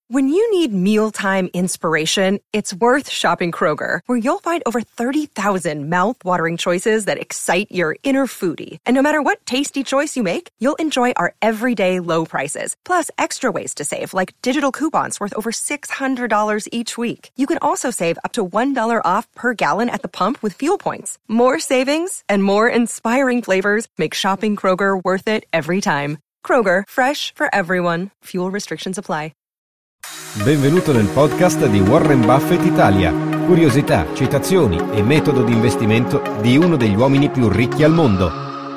When you need mealtime inspiration, it's worth shopping Kroger, where you'll find over 30,000 mouth-watering choices that excite your inner foodie. And no matter what tasty choice you make, you'll enjoy our everyday low prices, plus extra ways to save, like digital coupons worth over $600 each week. You can also save up to $1 off per gallon at the pump with fuel points. More savings and more inspiring flavors make shopping Kroger worth it every time. Kroger, fresh for everyone. Fuel restrictions apply. Benvenuto nel podcast di Warren Buffett Italia. Curiosità, citazioni e metodo di investimento di uno degli uomini più ricchi al mondo.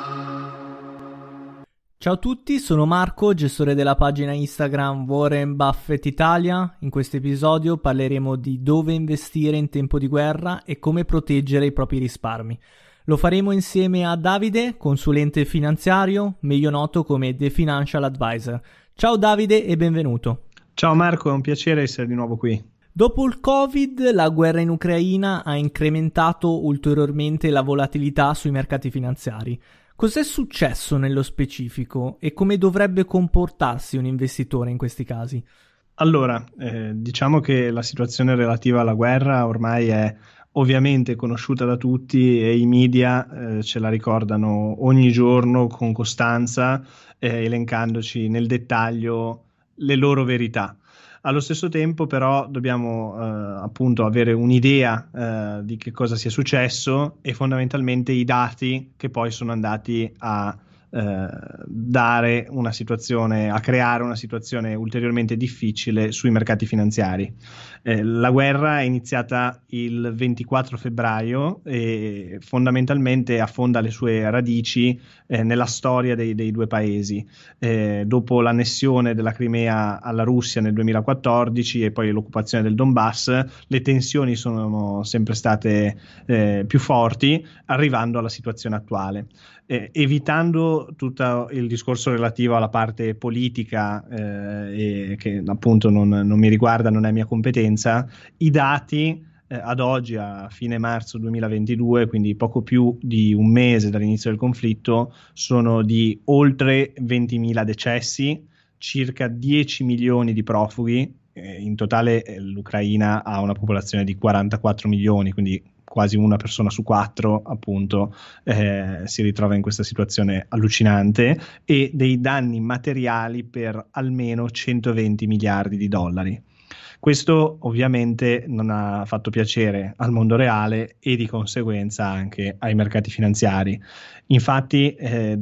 Ciao a tutti, sono Marco, gestore della pagina Instagram Warren Buffett Italia. In questo episodio parleremo di dove investire in tempo di guerra e come proteggere i propri risparmi. Lo faremo insieme a Davide, consulente finanziario, meglio noto come The Financial Advisor. Ciao Davide e benvenuto. Ciao Marco, è un piacere essere di nuovo qui. Dopo il Covid, la guerra in Ucraina ha incrementato ulteriormente la volatilità sui mercati finanziari. Cos'è successo nello specifico e come dovrebbe comportarsi un investitore in questi casi? Allora, diciamo che la situazione relativa alla guerra ormai è ovviamente conosciuta da tutti e i media ce la ricordano ogni giorno con costanza, elencandoci nel dettaglio le loro verità. Allo stesso tempo però dobbiamo appunto avere un'idea di che cosa sia successo e fondamentalmente i dati che poi sono andati a dare una situazione, a creare una situazione ulteriormente difficile sui mercati finanziari. La guerra è iniziata il 24 febbraio e fondamentalmente affonda le sue radici nella storia dei due paesi. Dopo l'annessione della Crimea alla Russia nel 2014 e poi l'occupazione del Donbass, le tensioni sono sempre state più forti, arrivando alla situazione attuale. Evitando tutto il discorso relativo alla parte politica e che appunto non mi riguarda, non è mia competenza, i dati ad oggi, a fine marzo 2022, quindi poco più di un mese dall'inizio del conflitto, sono di oltre 20.000 decessi, circa 10 milioni di profughi. In totale l'Ucraina ha una popolazione di 44 milioni, quindi quasi una persona su quattro appunto si ritrova in questa situazione allucinante, e dei danni materiali per almeno 120 miliardi di dollari. Questo ovviamente non ha fatto piacere al mondo reale e di conseguenza anche ai mercati finanziari. Infatti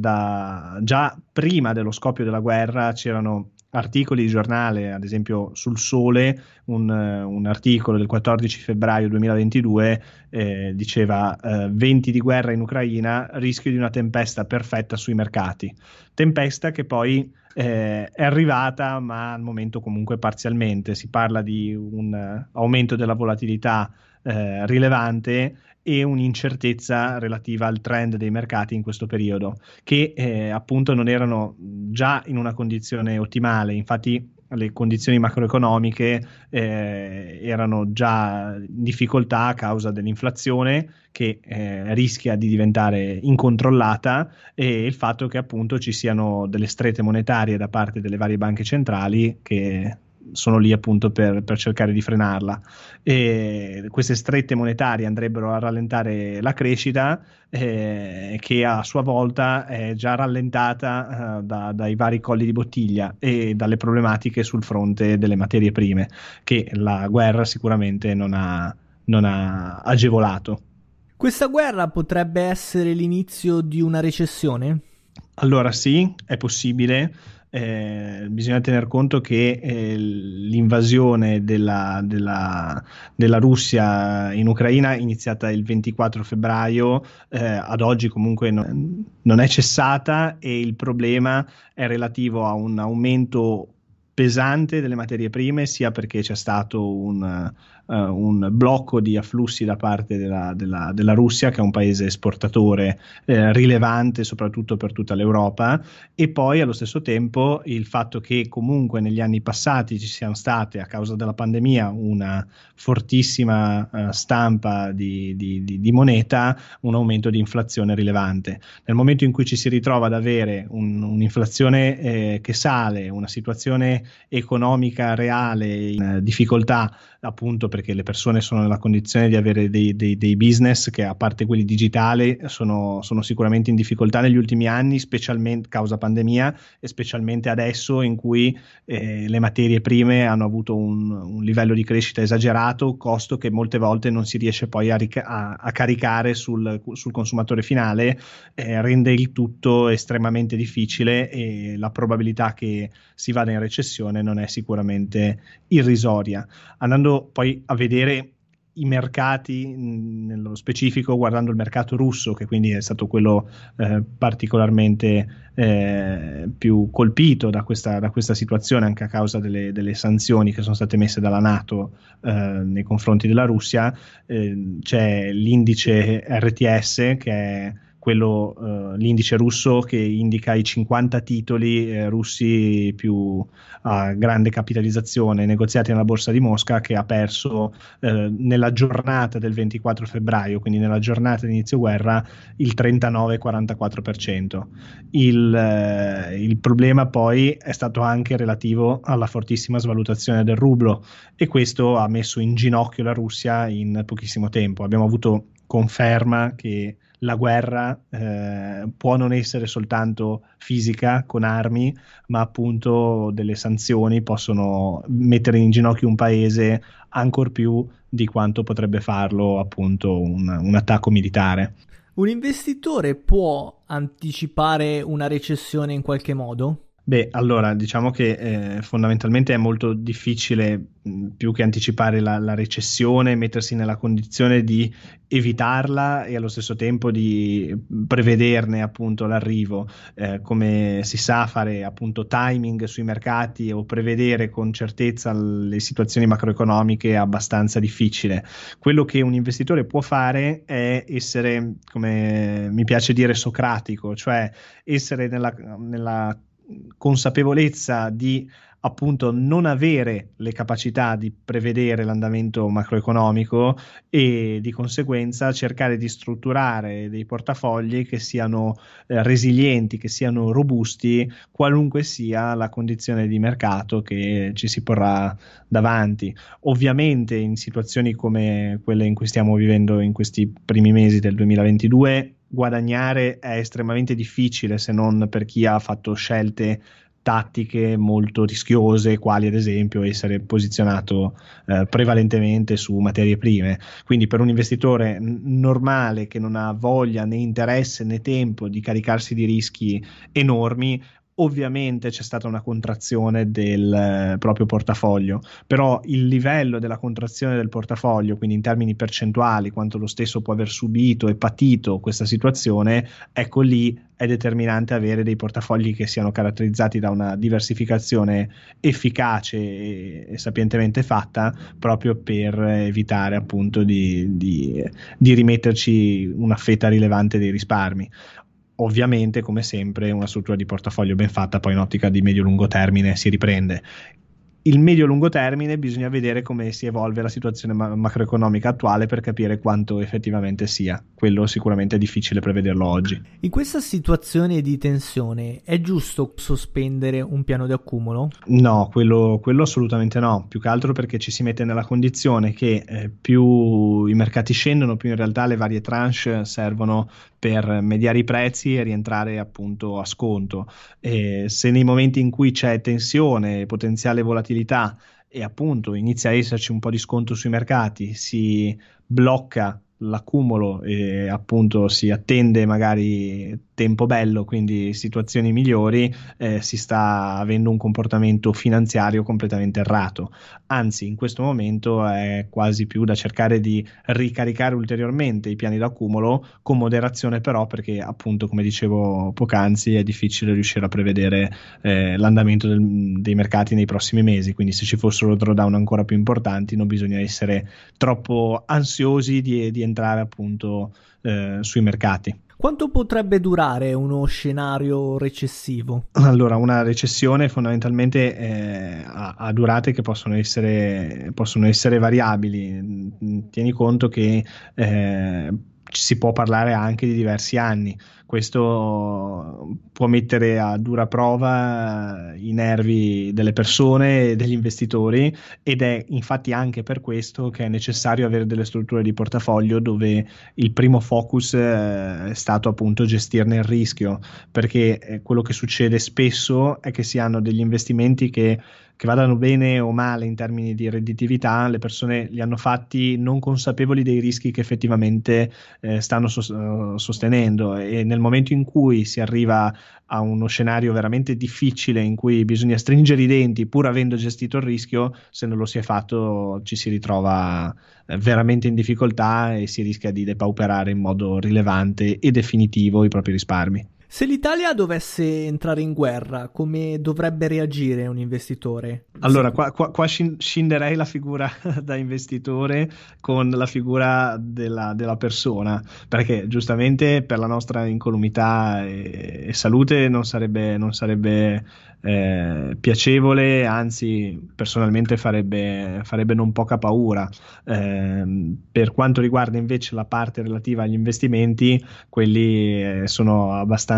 già prima dello scoppio della guerra c'erano articoli di giornale, ad esempio sul Sole, un articolo del 14 febbraio 2022 diceva venti di guerra in Ucraina, rischio di una tempesta perfetta sui mercati. Tempesta che poi è arrivata, ma al momento comunque parzialmente. Si parla di un aumento della volatilità rilevante e un'incertezza relativa al trend dei mercati in questo periodo, che appunto non erano già in una condizione ottimale. Infatti le condizioni macroeconomiche erano già in difficoltà a causa dell'inflazione che rischia di diventare incontrollata e il fatto che appunto ci siano delle strette monetarie da parte delle varie banche centrali che sono lì appunto per cercare di frenarla, e queste strette monetarie andrebbero a rallentare la crescita che a sua volta è già rallentata dai vari colli di bottiglia e dalle problematiche sul fronte delle materie prime che la guerra sicuramente non ha agevolato. Questa guerra potrebbe essere l'inizio di una recessione? Allora sì, è possibile. Bisogna tener conto che l'invasione della Russia in Ucraina è iniziata il 24 febbraio, ad oggi comunque non è cessata, e il problema è relativo a un aumento pesante delle materie prime, sia perché c'è stato un blocco di afflussi da parte della Russia, che è un paese esportatore rilevante soprattutto per tutta l'Europa, e poi allo stesso tempo il fatto che comunque negli anni passati ci siano state, a causa della pandemia, una fortissima stampa di moneta, un aumento di inflazione rilevante. Nel momento in cui ci si ritrova ad avere un'inflazione che sale, una situazione economica reale in difficoltà, appunto perché le persone sono nella condizione di avere dei business che, a parte quelli digitali, sono sicuramente in difficoltà negli ultimi anni, specialmente causa pandemia, e specialmente adesso in cui le materie prime hanno avuto un livello di crescita esagerato, costo che molte volte non si riesce poi a caricare sul consumatore finale, rende il tutto estremamente difficile, e la probabilità che si vada in recessione non è sicuramente irrisoria. Andando poi a vedere i mercati nello specifico, guardando il mercato russo, che quindi è stato quello particolarmente più colpito da questa situazione, anche a causa delle sanzioni che sono state messe dalla NATO nei confronti della Russia. C'è l'indice RTS, che è l'indice russo, che indica i 50 titoli russi più a grande capitalizzazione negoziati nella borsa di Mosca, che ha perso nella giornata del 24 febbraio, quindi nella giornata di inizio guerra, il 39,44%. Il problema poi è stato anche relativo alla fortissima svalutazione del rublo, e questo ha messo in ginocchio la Russia in pochissimo tempo. Abbiamo avuto conferma che la guerra può non essere soltanto fisica con armi, ma appunto delle sanzioni possono mettere in ginocchio un paese ancor più di quanto potrebbe farlo appunto un attacco militare. Un investitore può anticipare una recessione in qualche modo? Beh, allora, diciamo che fondamentalmente è molto difficile, più che anticipare la recessione, mettersi nella condizione di evitarla e allo stesso tempo di prevederne appunto l'arrivo. Come si sa, fare appunto timing sui mercati o prevedere con certezza le situazioni macroeconomiche è abbastanza difficile. Quello che un investitore può fare è essere, come mi piace dire, socratico, cioè essere nella consapevolezza di appunto non avere le capacità di prevedere l'andamento macroeconomico, e di conseguenza cercare di strutturare dei portafogli che siano resilienti, che siano robusti, qualunque sia la condizione di mercato che ci si porrà davanti. Ovviamente in situazioni come quelle in cui stiamo vivendo in questi primi mesi del 2022, guadagnare è estremamente difficile, se non per chi ha fatto scelte tattiche molto rischiose, quali ad esempio essere posizionato prevalentemente su materie prime. Quindi per un investitore normale, che non ha voglia né interesse né tempo di caricarsi di rischi enormi, ovviamente c'è stata una contrazione del proprio portafoglio, però il livello della contrazione del portafoglio, quindi in termini percentuali, quanto lo stesso può aver subito e patito questa situazione, ecco lì è determinante avere dei portafogli che siano caratterizzati da una diversificazione efficace e sapientemente fatta, proprio per evitare appunto di rimetterci una fetta rilevante dei risparmi. Ovviamente, come sempre, una struttura di portafoglio ben fatta poi in ottica di medio-lungo termine si riprende. Il medio-lungo termine bisogna vedere come si evolve la situazione macroeconomica attuale per capire quanto effettivamente sia. Quello sicuramente è difficile prevederlo oggi. In questa situazione di tensione è giusto sospendere un piano di accumulo? No, quello assolutamente no, più che altro perché ci si mette nella condizione che più i mercati scendono, più in realtà le varie tranche servono per mediare i prezzi e rientrare appunto a sconto. Se nei momenti in cui c'è tensione, potenziale volatilità, e appunto inizia a esserci un po' di sconto sui mercati, si blocca l'accumulo e appunto si attende magari tempo bello, quindi situazioni migliori, si sta avendo un comportamento finanziario completamente errato. Anzi, in questo momento è quasi più da cercare di ricaricare ulteriormente i piani d'accumulo, con moderazione però, perché appunto, come dicevo poc'anzi, è difficile riuscire a prevedere l'andamento dei mercati nei prossimi mesi, quindi se ci fossero drawdown ancora più importanti non bisogna essere troppo ansiosi di entrare appunto sui mercati. Quanto potrebbe durare uno scenario recessivo? Allora, una recessione fondamentalmente ha durate che possono essere variabili. Tieni conto che si può parlare anche di diversi anni. Questo può mettere a dura prova i nervi delle persone e degli investitori, ed è infatti anche per questo che è necessario avere delle strutture di portafoglio dove il primo focus è stato appunto gestirne il rischio, perché quello che succede spesso è che si hanno degli investimenti che vadano bene o male in termini di redditività, le persone li hanno fatti non consapevoli dei rischi che effettivamente stanno sostenendo, e nel momento in cui si arriva a uno scenario veramente difficile in cui bisogna stringere i denti pur avendo gestito il rischio, se non lo si è fatto ci si ritrova veramente in difficoltà e si rischia di depauperare in modo rilevante e definitivo i propri risparmi. Se l'Italia dovesse entrare in guerra, come dovrebbe reagire un investitore? Allora, qua scinderei la figura da investitore con la figura della persona, perché giustamente per la nostra incolumità e salute non sarebbe piacevole, anzi personalmente farebbe non poca paura. Per quanto riguarda invece la parte relativa agli investimenti, quelli sono abbastanza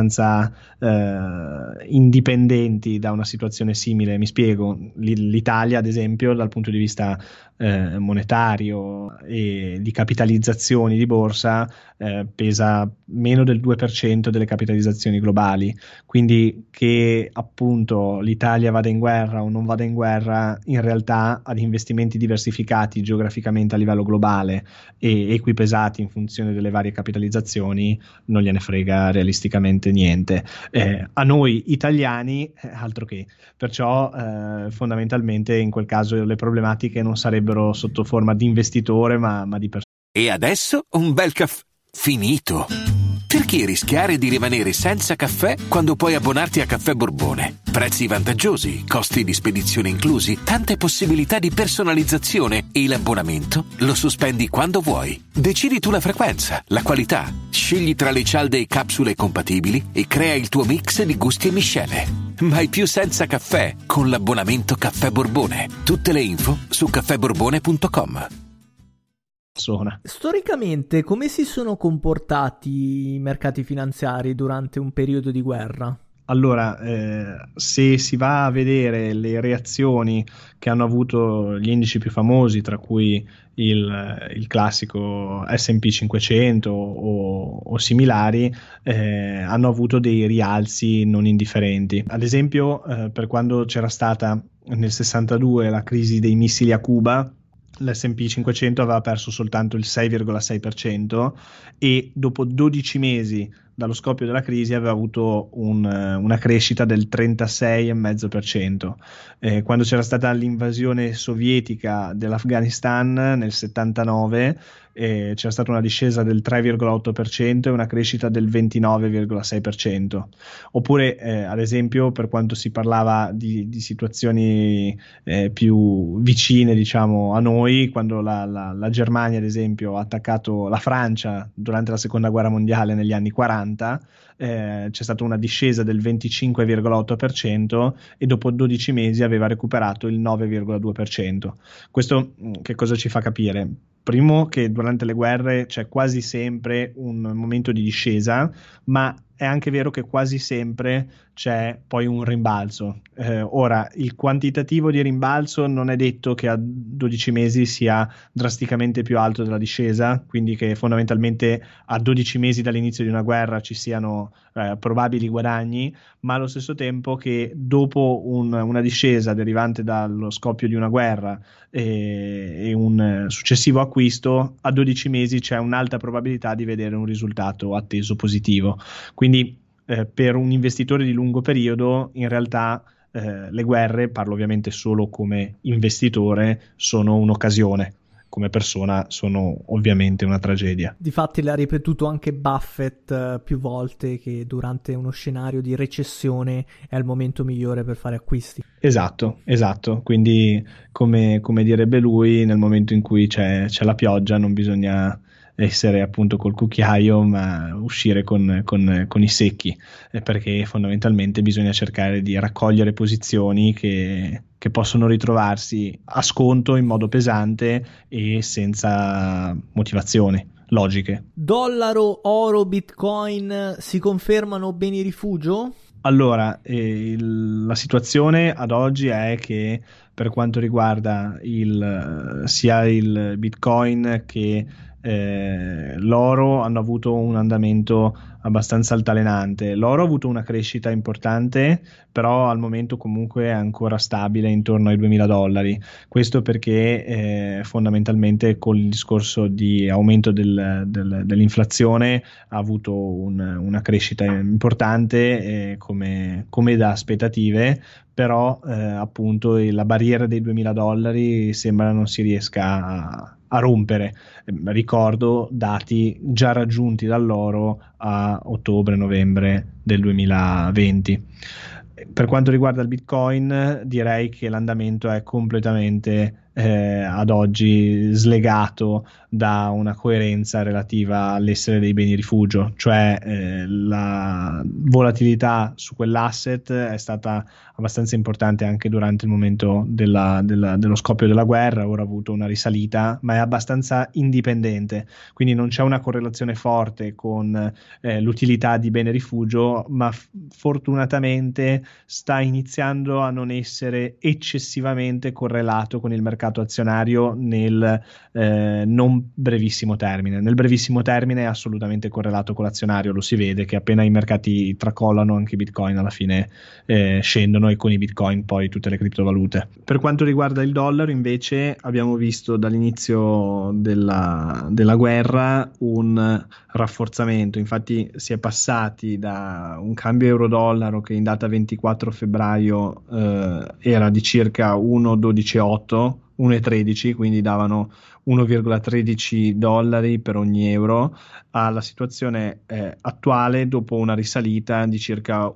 indipendenti da una situazione simile. Mi spiego: l'Italia ad esempio dal punto di vista monetario e di capitalizzazioni di borsa pesa meno del 2% delle capitalizzazioni globali, quindi che appunto l'Italia vada in guerra o non vada in guerra, in realtà ad investimenti diversificati geograficamente a livello globale e equipesati in funzione delle varie capitalizzazioni non gliene frega realisticamente niente. A noi italiani altro che, perciò fondamentalmente in quel caso le problematiche non sarebbero sotto forma di investitore ma di persona. E adesso un bel caffè finito. Perché rischiare di rimanere senza caffè quando puoi abbonarti a Caffè Borbone? Prezzi vantaggiosi, costi di spedizione inclusi, tante possibilità di personalizzazione e l'abbonamento lo sospendi quando vuoi. Decidi tu la frequenza, la qualità, scegli tra le cialde e capsule compatibili e crea il tuo mix di gusti e miscele. Mai più senza caffè con l'abbonamento Caffè Borbone. Tutte le info su caffèborbone.com. Storicamente, come si sono comportati i mercati finanziari durante un periodo di guerra? Allora, se si va a vedere le reazioni che hanno avuto gli indici più famosi, tra cui il classico S&P 500 o similari, hanno avuto dei rialzi non indifferenti. Ad esempio, per quando c'era stata nel 62 la crisi dei missili a Cuba, l'S&P 500 aveva perso soltanto il 6,6% e dopo 12 mesi dallo scoppio della crisi aveva avuto una crescita del 36,5%. Quando c'era stata l'invasione sovietica dell'Afghanistan nel 79, c'era stata una discesa del 3,8% e una crescita del 29,6%. Oppure ad esempio, per quanto si parlava di situazioni più vicine, diciamo, a noi, quando la Germania ad esempio ha attaccato la Francia durante la seconda guerra mondiale negli anni 40, c'è stata una discesa del 25,8% e dopo 12 mesi aveva recuperato il 9,2%. Questo che cosa ci fa capire? Primo, che durante le guerre c'è quasi sempre un momento di discesa, ma è anche vero che quasi sempre c'è poi un rimbalzo. Ora, il quantitativo di rimbalzo non è detto che a 12 mesi sia drasticamente più alto della discesa, quindi che fondamentalmente a 12 mesi dall'inizio di una guerra ci siano probabili guadagni, ma allo stesso tempo che dopo una discesa derivante dallo scoppio di una guerra e un successivo acquisto, a 12 mesi c'è un'alta probabilità di vedere un risultato atteso positivo. Quindi per un investitore di lungo periodo, in realtà le guerre, parlo ovviamente solo come investitore, sono un'occasione. Come persona sono ovviamente una tragedia. Difatti l'ha ripetuto anche Buffett più volte, che durante uno scenario di recessione è il momento migliore per fare acquisti. Esatto. Quindi come direbbe lui, nel momento in cui c'è la pioggia non bisogna essere appunto col cucchiaio, ma uscire con i secchi, perché fondamentalmente bisogna cercare di raccogliere posizioni che possono ritrovarsi a sconto in modo pesante e senza motivazioni logiche. Dollaro, oro, bitcoin si confermano beni rifugio? Allora, la situazione ad oggi è che per quanto riguarda sia il Bitcoin che l'oro hanno avuto un andamento abbastanza altalenante. L'oro ha avuto una crescita importante, però al momento comunque è ancora stabile intorno ai $2000. Questo perché fondamentalmente con il discorso di aumento dell'inflazione ha avuto una crescita importante come da aspettative, però appunto la barriera dei $2000 sembra non si riesca a rompere. Ricordo dati già raggiunti dall'oro a ottobre-novembre del 2020. Per quanto riguarda il Bitcoin, direi che l'andamento è completamente ad oggi slegato da una coerenza relativa all'essere dei beni rifugio, cioè la volatilità su quell'asset è stata abbastanza importante anche durante il momento dello scoppio della guerra. Ora ha avuto una risalita, ma è abbastanza indipendente, quindi non c'è una correlazione forte con l'utilità di bene rifugio, ma fortunatamente sta iniziando a non essere eccessivamente correlato con il mercato azionario nel non brevissimo termine. Nel brevissimo termine è assolutamente correlato con l'azionario, lo si vede che appena i mercati tracollano anche i bitcoin alla fine scendono, e con i bitcoin poi tutte le criptovalute. Per quanto riguarda il dollaro invece abbiamo visto dall'inizio della guerra un rafforzamento, infatti si è passati da un cambio euro-dollaro che in data 24 febbraio era di circa 1,12,8, 1,13, quindi davano $1,13 per ogni euro, alla situazione attuale dopo una risalita di circa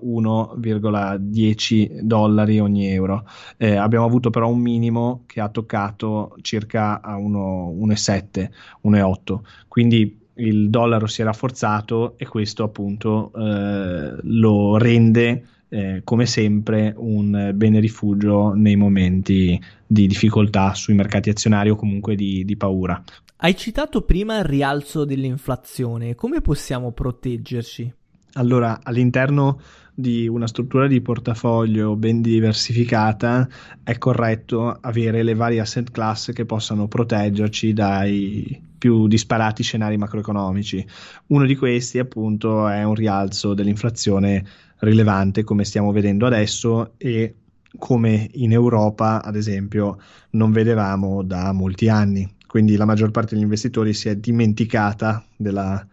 $1,10 ogni euro. Abbiamo avuto però un minimo che ha toccato circa a 1,7, 1,8, quindi il dollaro si è rafforzato e questo appunto lo rende come sempre un bene rifugio nei momenti di difficoltà sui mercati azionari o comunque di paura. Hai citato prima il rialzo dell'inflazione, come possiamo proteggerci? Allora, all'interno di una struttura di portafoglio ben diversificata è corretto avere le varie asset class che possano proteggerci dai più disparati scenari macroeconomici. Uno di questi appunto è un rialzo dell'inflazione rilevante, come stiamo vedendo adesso e come in Europa ad esempio non vedevamo da molti anni. Quindi la maggior parte degli investitori si è dimenticata della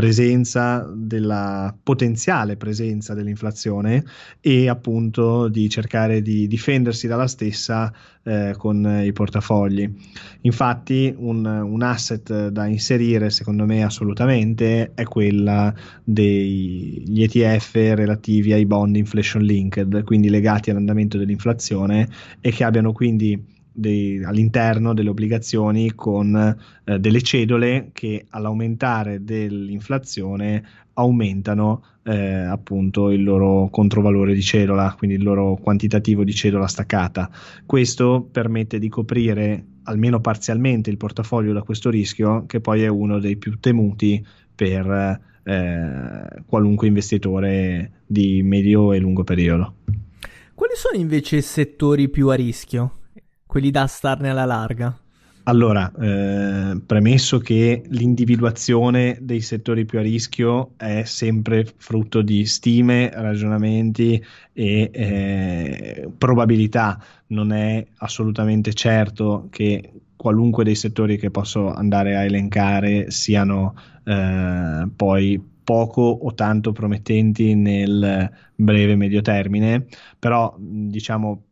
potenziale presenza dell'inflazione e appunto di cercare di difendersi dalla stessa con i portafogli. Infatti un asset da inserire secondo me assolutamente è quella degli ETF relativi ai bond inflation linked, quindi legati all'andamento dell'inflazione e che abbiano quindi all'interno delle obbligazioni con delle cedole che all'aumentare dell'inflazione aumentano appunto il loro controvalore di cedola, quindi il loro quantitativo di cedola staccata. Questo permette di coprire almeno parzialmente il portafoglio da questo rischio, che poi è uno dei più temuti per qualunque investitore di medio e lungo periodo. Quali sono invece i settori più a rischio? Quelli da starne alla larga? Allora, premesso che l'individuazione dei settori più a rischio è sempre frutto di stime, ragionamenti e probabilità, non è assolutamente certo che qualunque dei settori che posso andare a elencare siano poi poco o tanto promettenti nel breve medio termine, però diciamo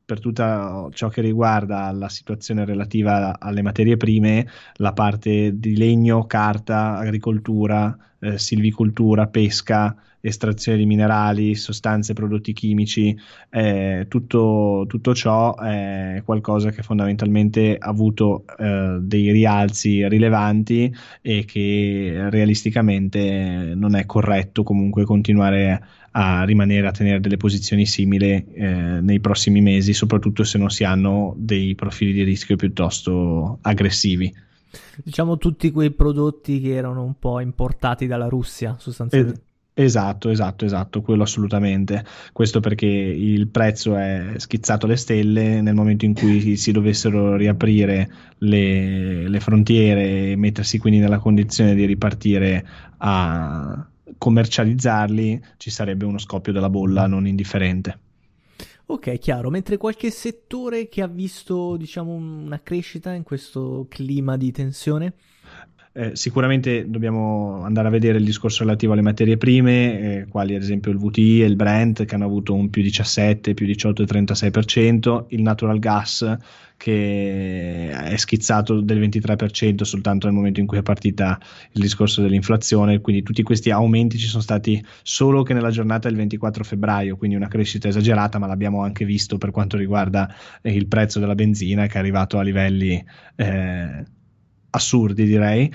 per tutto ciò che riguarda la situazione relativa alle materie prime, la parte di legno, carta, agricoltura, silvicoltura, pesca, estrazione di minerali, sostanze, prodotti chimici, tutto ciò è qualcosa che fondamentalmente ha avuto dei rialzi rilevanti e che realisticamente non è corretto comunque continuare a rimanere a tenere delle posizioni simili nei prossimi mesi, soprattutto se non si hanno dei profili di rischio piuttosto aggressivi. Diciamo tutti quei prodotti che erano un po' importati dalla Russia sostanzialmente. Esatto, quello assolutamente. Questo perché il prezzo è schizzato alle stelle nel momento in cui si dovessero riaprire le frontiere e mettersi quindi nella condizione di ripartire a commercializzarli, ci sarebbe uno scoppio della bolla non indifferente. Ok, chiaro. Mentre qualche settore che ha visto, diciamo, una crescita in questo clima di tensione? Sicuramente dobbiamo andare a vedere il discorso relativo alle materie prime, quali ad esempio il VTI e il Brent, che hanno avuto un più 17, più 18 e 36%, il natural gas che è schizzato del 23% soltanto nel momento in cui è partita il discorso dell'inflazione, quindi tutti questi aumenti ci sono stati solo che nella giornata del 24 febbraio, quindi una crescita esagerata, ma l'abbiamo anche visto per quanto riguarda il prezzo della benzina, che è arrivato a livelli assurdi, direi,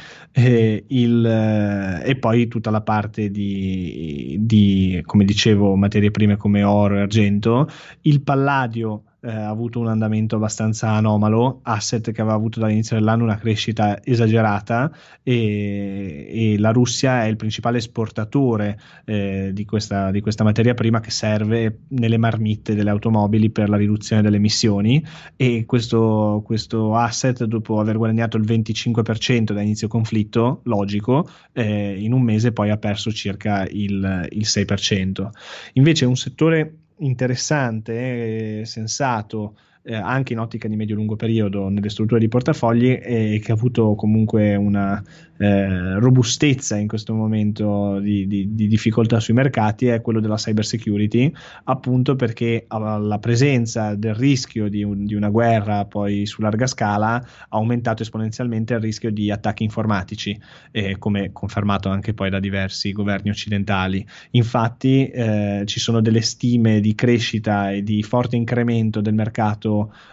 e poi tutta la parte di come dicevo materie prime come oro e argento. Il palladio ha avuto un andamento abbastanza anomalo, asset che aveva avuto dall'inizio dell'anno una crescita esagerata, e la Russia è il principale esportatore di questa materia prima, che serve nelle marmitte delle automobili per la riduzione delle emissioni, e questo asset, dopo aver guadagnato il 25% da inizio conflitto, logico, in un mese poi ha perso circa il 6%. Invece un settore interessante e sensato, anche in ottica di medio-lungo periodo nelle strutture di portafogli, e che ha avuto comunque una robustezza in questo momento di difficoltà sui mercati, è quello della cyber security, appunto perché la presenza del rischio di una guerra poi su larga scala ha aumentato esponenzialmente il rischio di attacchi informatici, come confermato anche poi da diversi governi occidentali. Infatti ci sono delle stime di crescita e di forte incremento del mercato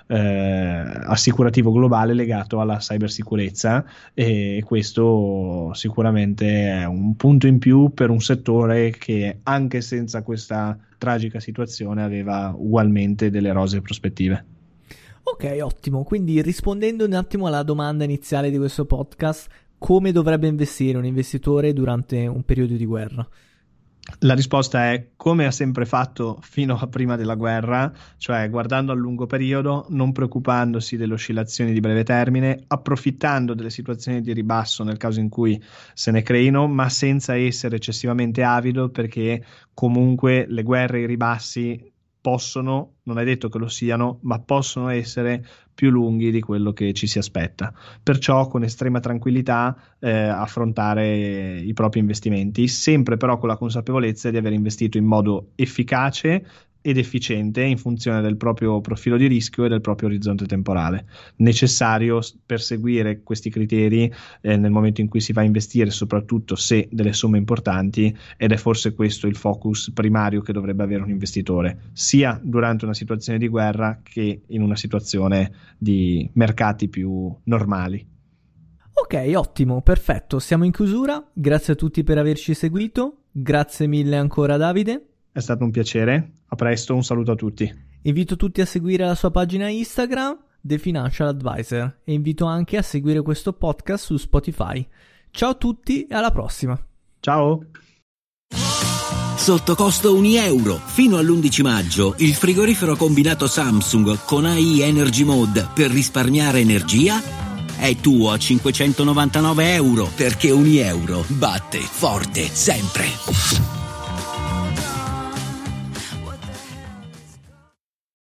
assicurativo globale legato alla cybersicurezza, e questo sicuramente è un punto in più per un settore che anche senza questa tragica situazione aveva ugualmente delle rosee prospettive. Ok, ottimo. Quindi, rispondendo un attimo alla domanda iniziale di questo podcast, come dovrebbe investire un investitore durante un periodo di guerra? La risposta è come ha sempre fatto fino a prima della guerra, cioè guardando al lungo periodo, non preoccupandosi delle oscillazioni di breve termine, approfittando delle situazioni di ribasso nel caso in cui se ne creino, ma senza essere eccessivamente avido, perché comunque le guerre e i ribassi possono, non è detto che lo siano, ma possono essere più lunghi di quello che ci si aspetta. Perciò con estrema tranquillità affrontare i propri investimenti, sempre però con la consapevolezza di aver investito in modo efficace ed efficiente in funzione del proprio profilo di rischio e del proprio orizzonte temporale. Necessario perseguire questi criteri nel momento in cui si va a investire, soprattutto se delle somme importanti, ed è forse questo il focus primario che dovrebbe avere un investitore, sia durante una situazione di guerra che in una situazione di mercati più normali. Ok, ottimo, perfetto, siamo in chiusura. Grazie a tutti per averci seguito. Grazie mille ancora, Davide. È stato un piacere, a presto, un saluto a tutti. Invito tutti a seguire la sua pagina Instagram, The Financial Advisor, e invito anche a seguire questo podcast su Spotify. Ciao a tutti e alla prossima. Ciao! Sotto costo €1. Fino all'11 maggio il frigorifero combinato Samsung con AI Energy Mode per risparmiare energia è tuo a €599, perché €1 batte forte sempre.